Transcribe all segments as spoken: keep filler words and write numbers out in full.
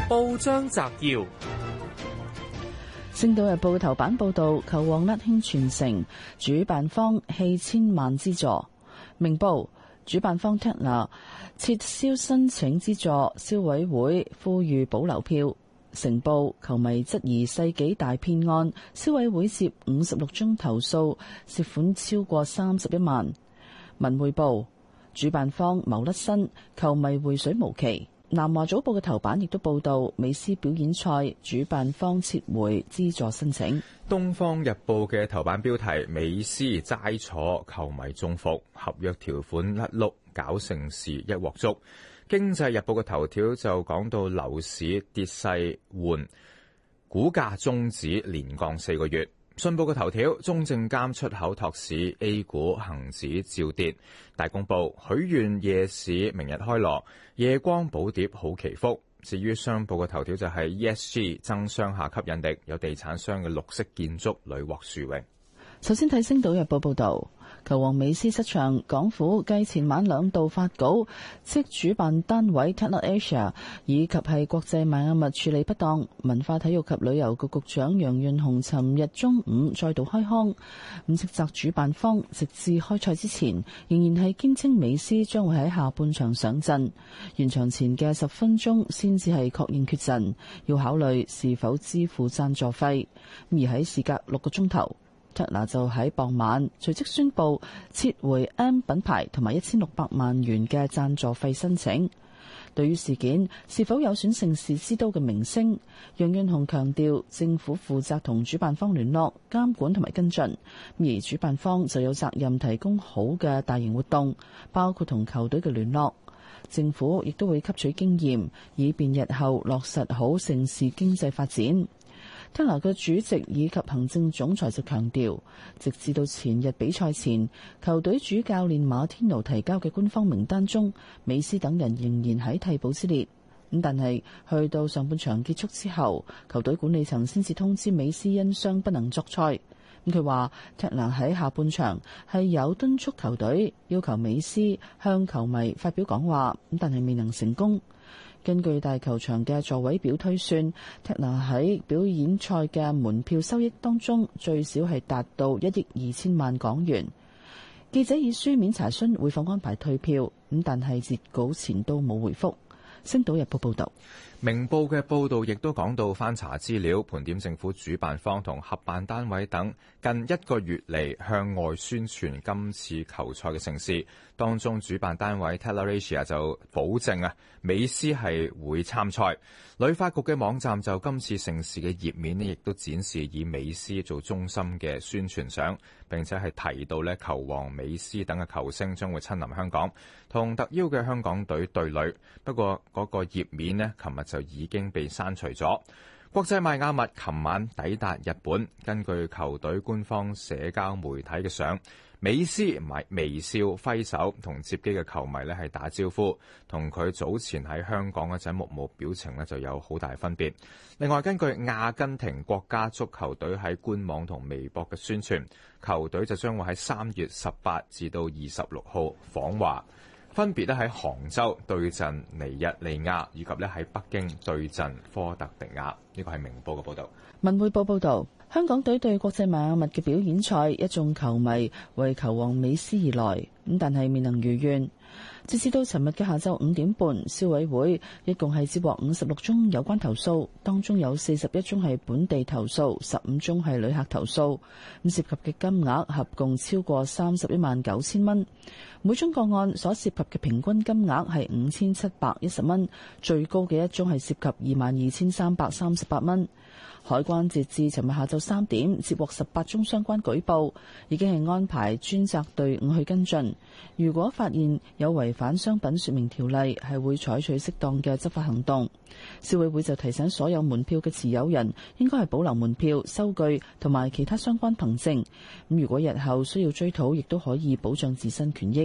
報章摘要：《 星島日報》頭版報道，球王甩興全城，主辦方棄千萬資助。明報主辦方 Tatler 撤銷申請資助，消委會呼籲保留票。成報球迷質疑世紀大騙案，消委會接五十六宗投訴，涉款超過三十一萬。文匯報主辦方謀甩身，球迷回水無期。南華早報嘅頭版亦都報道，美斯表演賽主辦方撤回資助申請。 東方日報嘅頭版標題：美斯齋坐，球迷中伏，合約條款甩碌，搞成事一鑊粥。經濟日報嘅頭條就講到樓市跌勢緩，股價終止連降四個月。信報嘅頭條：中證監出口托市 ，A 股恒指照跌。大公報：許願夜市明日開鑼，夜光寶碟好祈福。至於商報嘅頭條就係 E S G 增商下吸引力，有地產商嘅綠色建築屢獲殊榮。 首先睇《星島日報》報導，球王美斯失場，港府繼前晚兩度發稿，斥主辦單位 Tatler Asia 以及係國際邁阿密處理不當。文化體育及旅遊局局長楊潤雄尋日中午再度開腔，咁斥責主辦方直至開賽之前仍然係堅稱美斯將會喺下半場上陣，完場前嘅十分鐘先至係確認缺陣，要考慮是否支付贊助費。而喺事隔六個鐘頭，Tatler就喺傍晚隨即宣布撤回 M 品牌同埋一千六百萬元嘅贊助費申請。對於事件是否有損盛事之都嘅名聲，楊潤雄強調政府負責同主辦方聯絡、監管同埋跟進，而主辦方就有責任提供好嘅大型活動，包括同球隊嘅聯絡。政府亦都會吸取經驗，以便日後落實好盛事經濟發展。Tatler嘅主席以及行政總裁就強調，直至到前日比賽前，球隊主教練馬天奴提交嘅官方名單中，美斯等人仍然喺替補之列。咁但係去到上半場結束之後，球隊管理層先至通知美斯因傷不能作賽。咁佢話，Tatler喺下半場係有敦促球隊要求美斯向球迷發表講話，咁但係未能成功。根據大球場嘅座位表推算，Tatler喺表演賽嘅門票收益當中最少係達到一億二千萬港元。記者以書面查詢會否安排退票，咁但係截稿前都冇回覆。星島日報報道。 明報嘅報導亦都講到，翻查資料，盤點政府主辦方同合辦單位等近一個月嚟向外宣傳今次球賽嘅盛事，當中主辦單位 Tatler Asia 就保證啊，美斯係會參賽。旅發局嘅網站就今次盛事嘅頁面呢，亦都展示以美斯做中心嘅宣傳相，並且係提到呢球王美斯等嘅球星將會親臨香港，同特邀嘅香港隊對壘。不過嗰個頁面呢，琴日就已經被刪除咗。國際邁阿密琴晚抵達日本，根據球隊官方社交媒體嘅相，美斯微笑揮手同接機嘅球迷呢係打招呼，同佢早前喺香港嗰陣目無表情呢就有好大分別。另外，根據阿根廷國家足球隊喺官網同微博嘅宣傳，球隊就將會喺三月十八至到二十六號訪華，分別咧喺杭州對陣尼日利亞，以及咧喺北京對陣科特迪瓦。呢個係明報嘅報導。 文匯報報導，香港隊對國際邁阿密嘅表演賽，一眾球迷為球王美斯而來，咁但係未能如願。截至到尋日嘅下晝五點半，消委會一共係接獲五十六宗有關投訴，當中有四十一宗係本地投訴，十五宗係旅客投訴，咁涉及嘅金額合共超過三十一萬九千蚊。每宗個案所涉及嘅平均金額係五千七百一十蚊，最高嘅一宗係涉及二萬二千三百三十八蚊。海關截至尋日下晝三點接獲十八宗相關舉報，已經係安排專責隊伍去跟進。如果發現有違反商品說明條例，係會採取適當嘅執法行動。消委會就提醒所有門票嘅持有人應該係保留門票、收據同埋其他相關憑證。咁如果日後需要追討，亦都可以保障自身權益。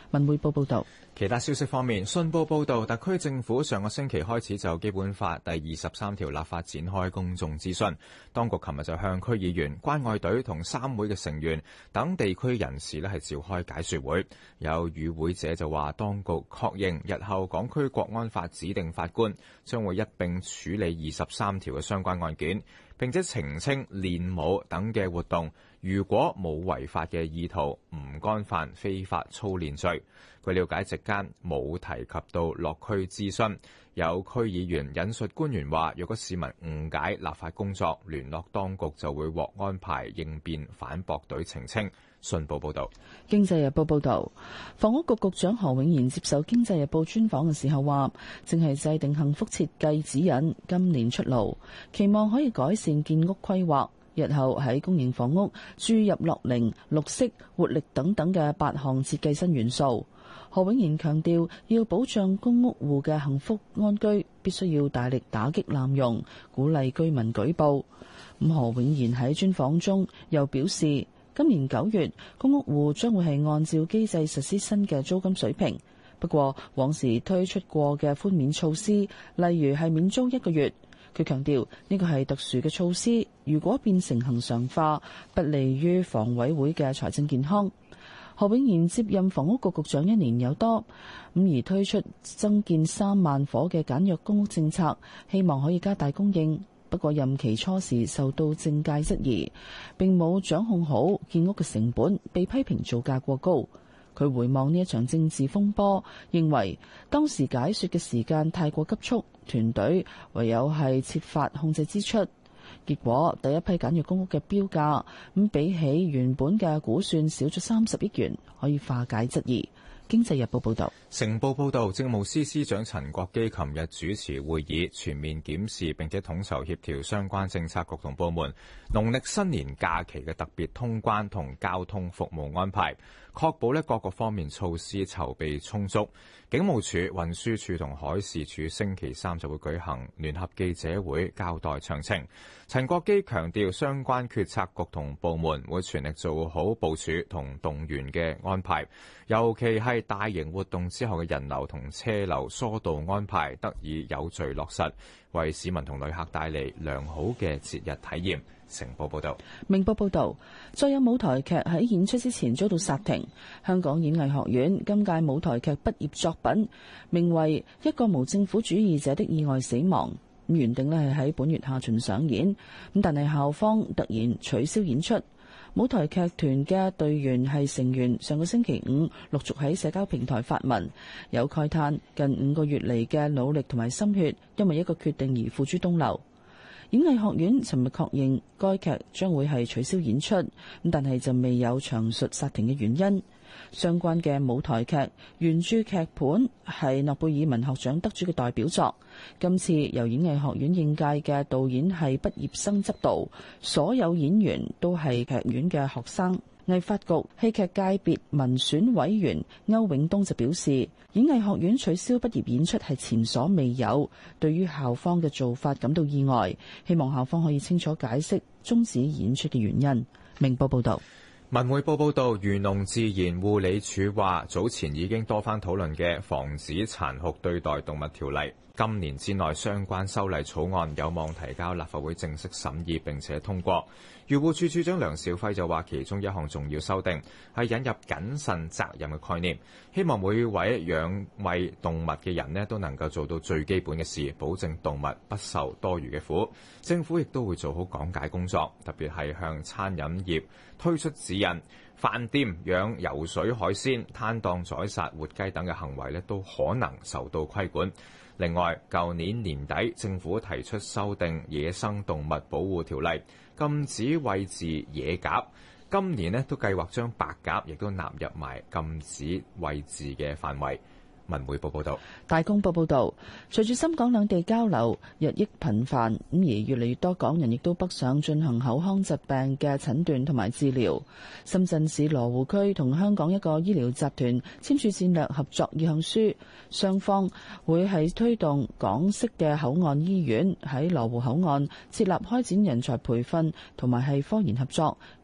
文匯報報道。 其他消息方面，信報報導，特區政府上個星期開始就基本法第二十三條立法展開公眾諮詢。當局琴日就向區議員、關愛隊同三會嘅成員等地區人士呢係召開解說會。有與會者就話，當局確認日後港區國安法指定法官將會一並處理二十三條嘅相關案件，並且澄清練武等嘅活動如果冇違法嘅意圖，唔干犯非法操練罪。據了解，席間冇提及到落區諮詢。有區議員引述官員話，若果市民誤解立法工作，聯絡當局就會獲安排應變反駁隊澄清。信報報導。 經濟日報報導，房屋局局長何永賢接受經濟日報專訪嘅時候話，正係制定幸福設計指引，今年出爐，期望可以改善建屋規劃，日後喺公營房屋注入樂齡、綠色、活力等等嘅八項設計新元素。何永賢強調，要保障公屋戶嘅幸福安居，必須要大力打擊濫用，鼓勵居民舉報。咁何永賢喺專訪中又表示，今年九月公屋戶將會係按照機制實施新嘅租金水平，不過往時推出過嘅寬免措施，例如係免租一個月，佢強調呢個係特殊嘅措施，如果變成恆常化，不利於房委會嘅財政健康。何永賢接任房屋局局長一年有多，咁而推出增建三萬伙嘅簡約公屋政策，希望可以加大供應。不過任期初時受到政界質疑，並冇掌控好建屋嘅成本，被批評造價過高。佢回望呢一場政治風波，認為當時解說嘅時間太過急促，團隊唯有係設法控制支出。結果第一批簡約公屋嘅標價咁比起原本嘅估算少咗三十億元，可以化解質疑。經濟日報報道。 成報報導，政務司司長陳國基琴日主持會議，全面檢視並且統籌協調相關政策局同部門農曆新年假期嘅特別通關同交通服務安排，確保咧各個方面措施籌備充足。警務處、運輸處同海事處星期三就會舉行聯合記者會交代詳情。陳國基強調，相關決策局同部門會全力做好部署同動員嘅安排，尤其係大型活動之後嘅人流同車流疏導安排得以有序落實，為市民同旅客帶嚟良好嘅節日體驗。成報報道。 明報報道，再有舞台劇喺演出之前遭到煞停。香港演藝學院今屆舞台劇畢業作品名為《一個無政府主義者的意外死亡》，咁原定咧係喺本月下旬上演，咁但係校方突然取消演出。舞台劇團嘅隊員係成員，上個星期五陸續喺社交平台發文，有慨嘆近五個月嚟嘅努力同埋心血，因為一個決定而付諸東流。演藝學院尋日確認該劇將會係取消演出，咁但係就未有詳述煞停嘅原因。相關嘅舞台劇原著劇本係諾貝爾文學獎得主嘅代表作，今次由演藝學院應屆嘅導演系畢業生執導，所有演員都係劇院嘅學生。藝發局戲劇界別民選委員歐永東就表示，演藝學院取消畢業演出係前所未有，對於校方嘅做法感到意外，希望校方可以清楚解釋終止演出嘅原因。明報報道。 文匯報報道，漁農自然護理署話，早前已經多番討論嘅防止殘酷對待動物條例，今年之內相關修例草案有望提交立法會正式審議並且通過。漁護署署長梁肇輝就話，其中一項重要修訂係引入謹慎責任嘅概念，希望每位養餵動物嘅人呢都能夠做到最基本嘅事，保證動物不受多餘嘅苦。政府亦都會做好講解工作，特別係向餐飲業推出指引，飯店養游水海鮮、攤檔宰殺活雞等嘅行為呢都可能受到規管。另外，舊年年底政府提出修訂野生動物保護條例，禁止餵飼野鴿。今年呢都計劃將白鴿亦都納入埋禁止餵飼嘅範圍。文匯報報道。 大公報報道，隨住深港兩地交流日益頻繁，咁而越嚟越多港人亦都北上進行口腔疾病嘅診斷同埋治療。深圳市羅湖區同香港一個醫療集團簽署戰略合作意向書，雙方會係推動港式嘅口岸醫院喺羅湖口岸設立開展人才培訓同埋係科研合作，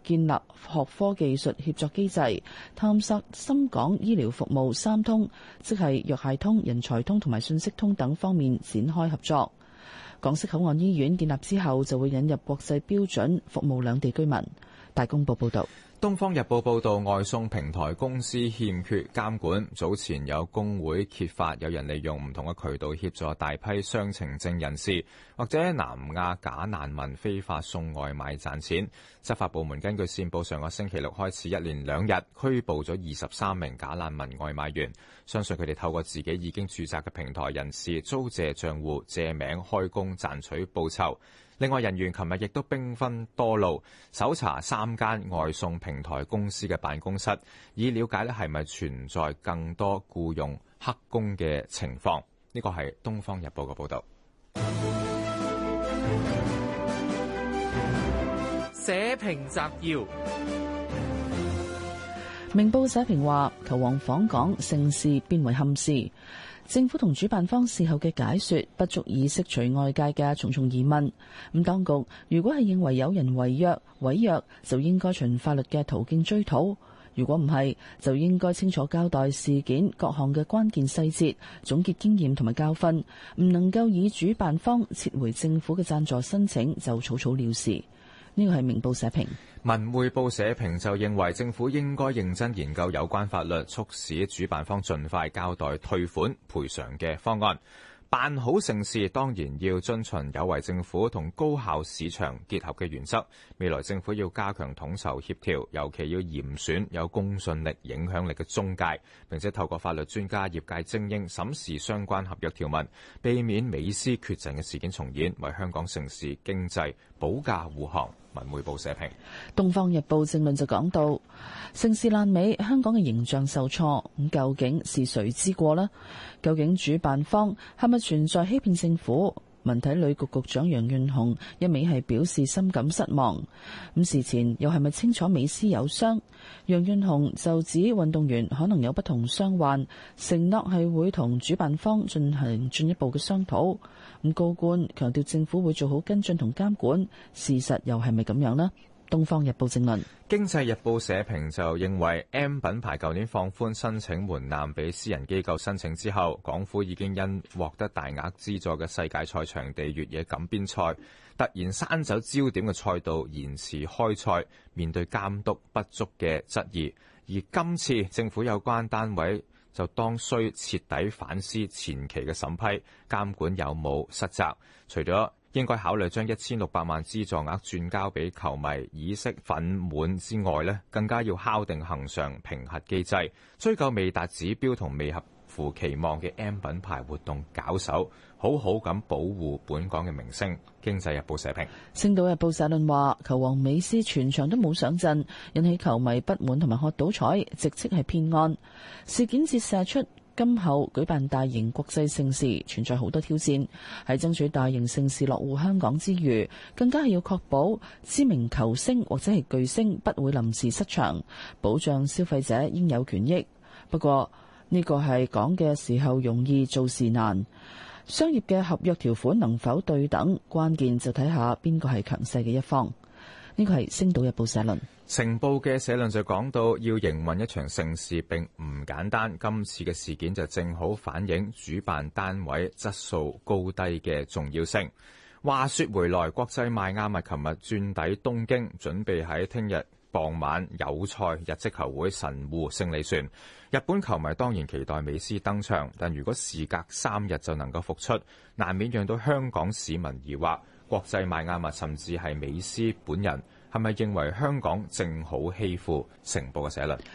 建立學科技術協作機制，探索深港醫療服務三通，即係藥械通、人才通同埋信息通等方面展開合作。港式口岸醫院建立之後，就會引入國際標準，服務兩地居民。大公報報導。 《東方日報》報導，外送平台公司欠缺監管。早前有工會揭發，有人利用唔同嘅渠道協助大批雙程證人士或者南亞假難民非法送外賣賺錢。執法部門根據線報，上個星期六開始一連兩日拘捕咗二十三名假難民外賣員，相信佢哋透過自己已經註冊嘅平台人士租借帳戶借名開工賺取報酬。另外，人員琴日亦都兵分多路，搜查三間外送平台公司嘅辦公室，以了解咧係咪存在更多僱用黑工嘅情況。呢個係《東方日報》嘅報導。 社評摘要： 明報社評話，球王訪港，盛事變為憾事。政府同主辦方事後嘅解說不足以釋除外界嘅重重疑問。咁當局如果係認為有人違約違約，就應該循法律嘅途徑追討；如果唔係，就應該清楚交代事件各項嘅關鍵細節，總結經驗同埋教訓，唔能夠以主辦方撤回政府嘅贊助申請就草草了事。呢個係明報社評。 文匯報社評就認為政府應該認真研究有關法律，促使主辦方盡快交代退款賠償嘅方案。辦好盛事當然要遵循有為政府同高效市場結合嘅原則。未來政府要加強統籌協調，尤其要嚴選有公信力、影響力嘅中介，並且透過法律專家、業界精英審視相關合約條文，避免美斯缺陣嘅事件重演，為香港盛事經濟保駕護航。文匯報社評。 東方日報正論就講到，盛事爛尾，香港嘅形象受挫，咁究竟是誰之過呢？究竟主辦方係咪存在欺騙政府？文體旅局局長楊潤雄一味係表示深感失望。咁事前又係咪清楚美斯有傷？楊潤雄就指運動員可能有不同傷患，承諾係會同主辦方進行進一步嘅商討。咁高官強調政府會做好跟進同監管，事實又係咪咁樣呢？東方日報正論。 經濟日報社評就認為 M 品牌舊年放寬申請門檻俾私人機構申請之後，港府已經因獲得大額資助嘅世界賽場地越野錦標賽突然刪走焦點嘅賽道，延遲開賽，面對監督不足嘅質疑。而今次政府有關單位就當需徹底反思前期嘅審批監管有冇失責，除咗應該考慮將一千六百萬資助額轉交俾球迷以息憤滿之外呢，更加要敲定恆常評核機制，追究未達指標同未合乎期望嘅 M 品牌活動搞手，好好咁保護本港嘅明星。經濟日報社評。 星島日報社論話，球王美斯全場都冇上陣，引起球迷不滿同埋喝倒彩，直斥係騙案。事件折射出今後舉辦大型國際盛事存在好多挑戰，喺爭取大型盛事落戶香港之餘，更加係要確保知名球星或者係巨星不會臨時失場，保障消費者應有權益。不過呢個係講嘅時候容易，做事難。商業嘅合約條款能否對等，關鍵就睇下邊個係強勢嘅一方。呢個係星島日報社論。 成報嘅社論就講到，要營運一場盛事並唔簡單，今次嘅事件就正好反映主辦單位質素高低嘅重要性。話說回來，國際邁阿密琴日轉抵東京，準備喺聽日傍晚友賽日職球會神戶勝利船。日本球迷當然期待美斯登場，但如果事隔三日就能夠復出，難免讓到香港市民疑惑，國際邁阿密甚至係美斯本人係咪認為香港正好欺負？成報嘅社論。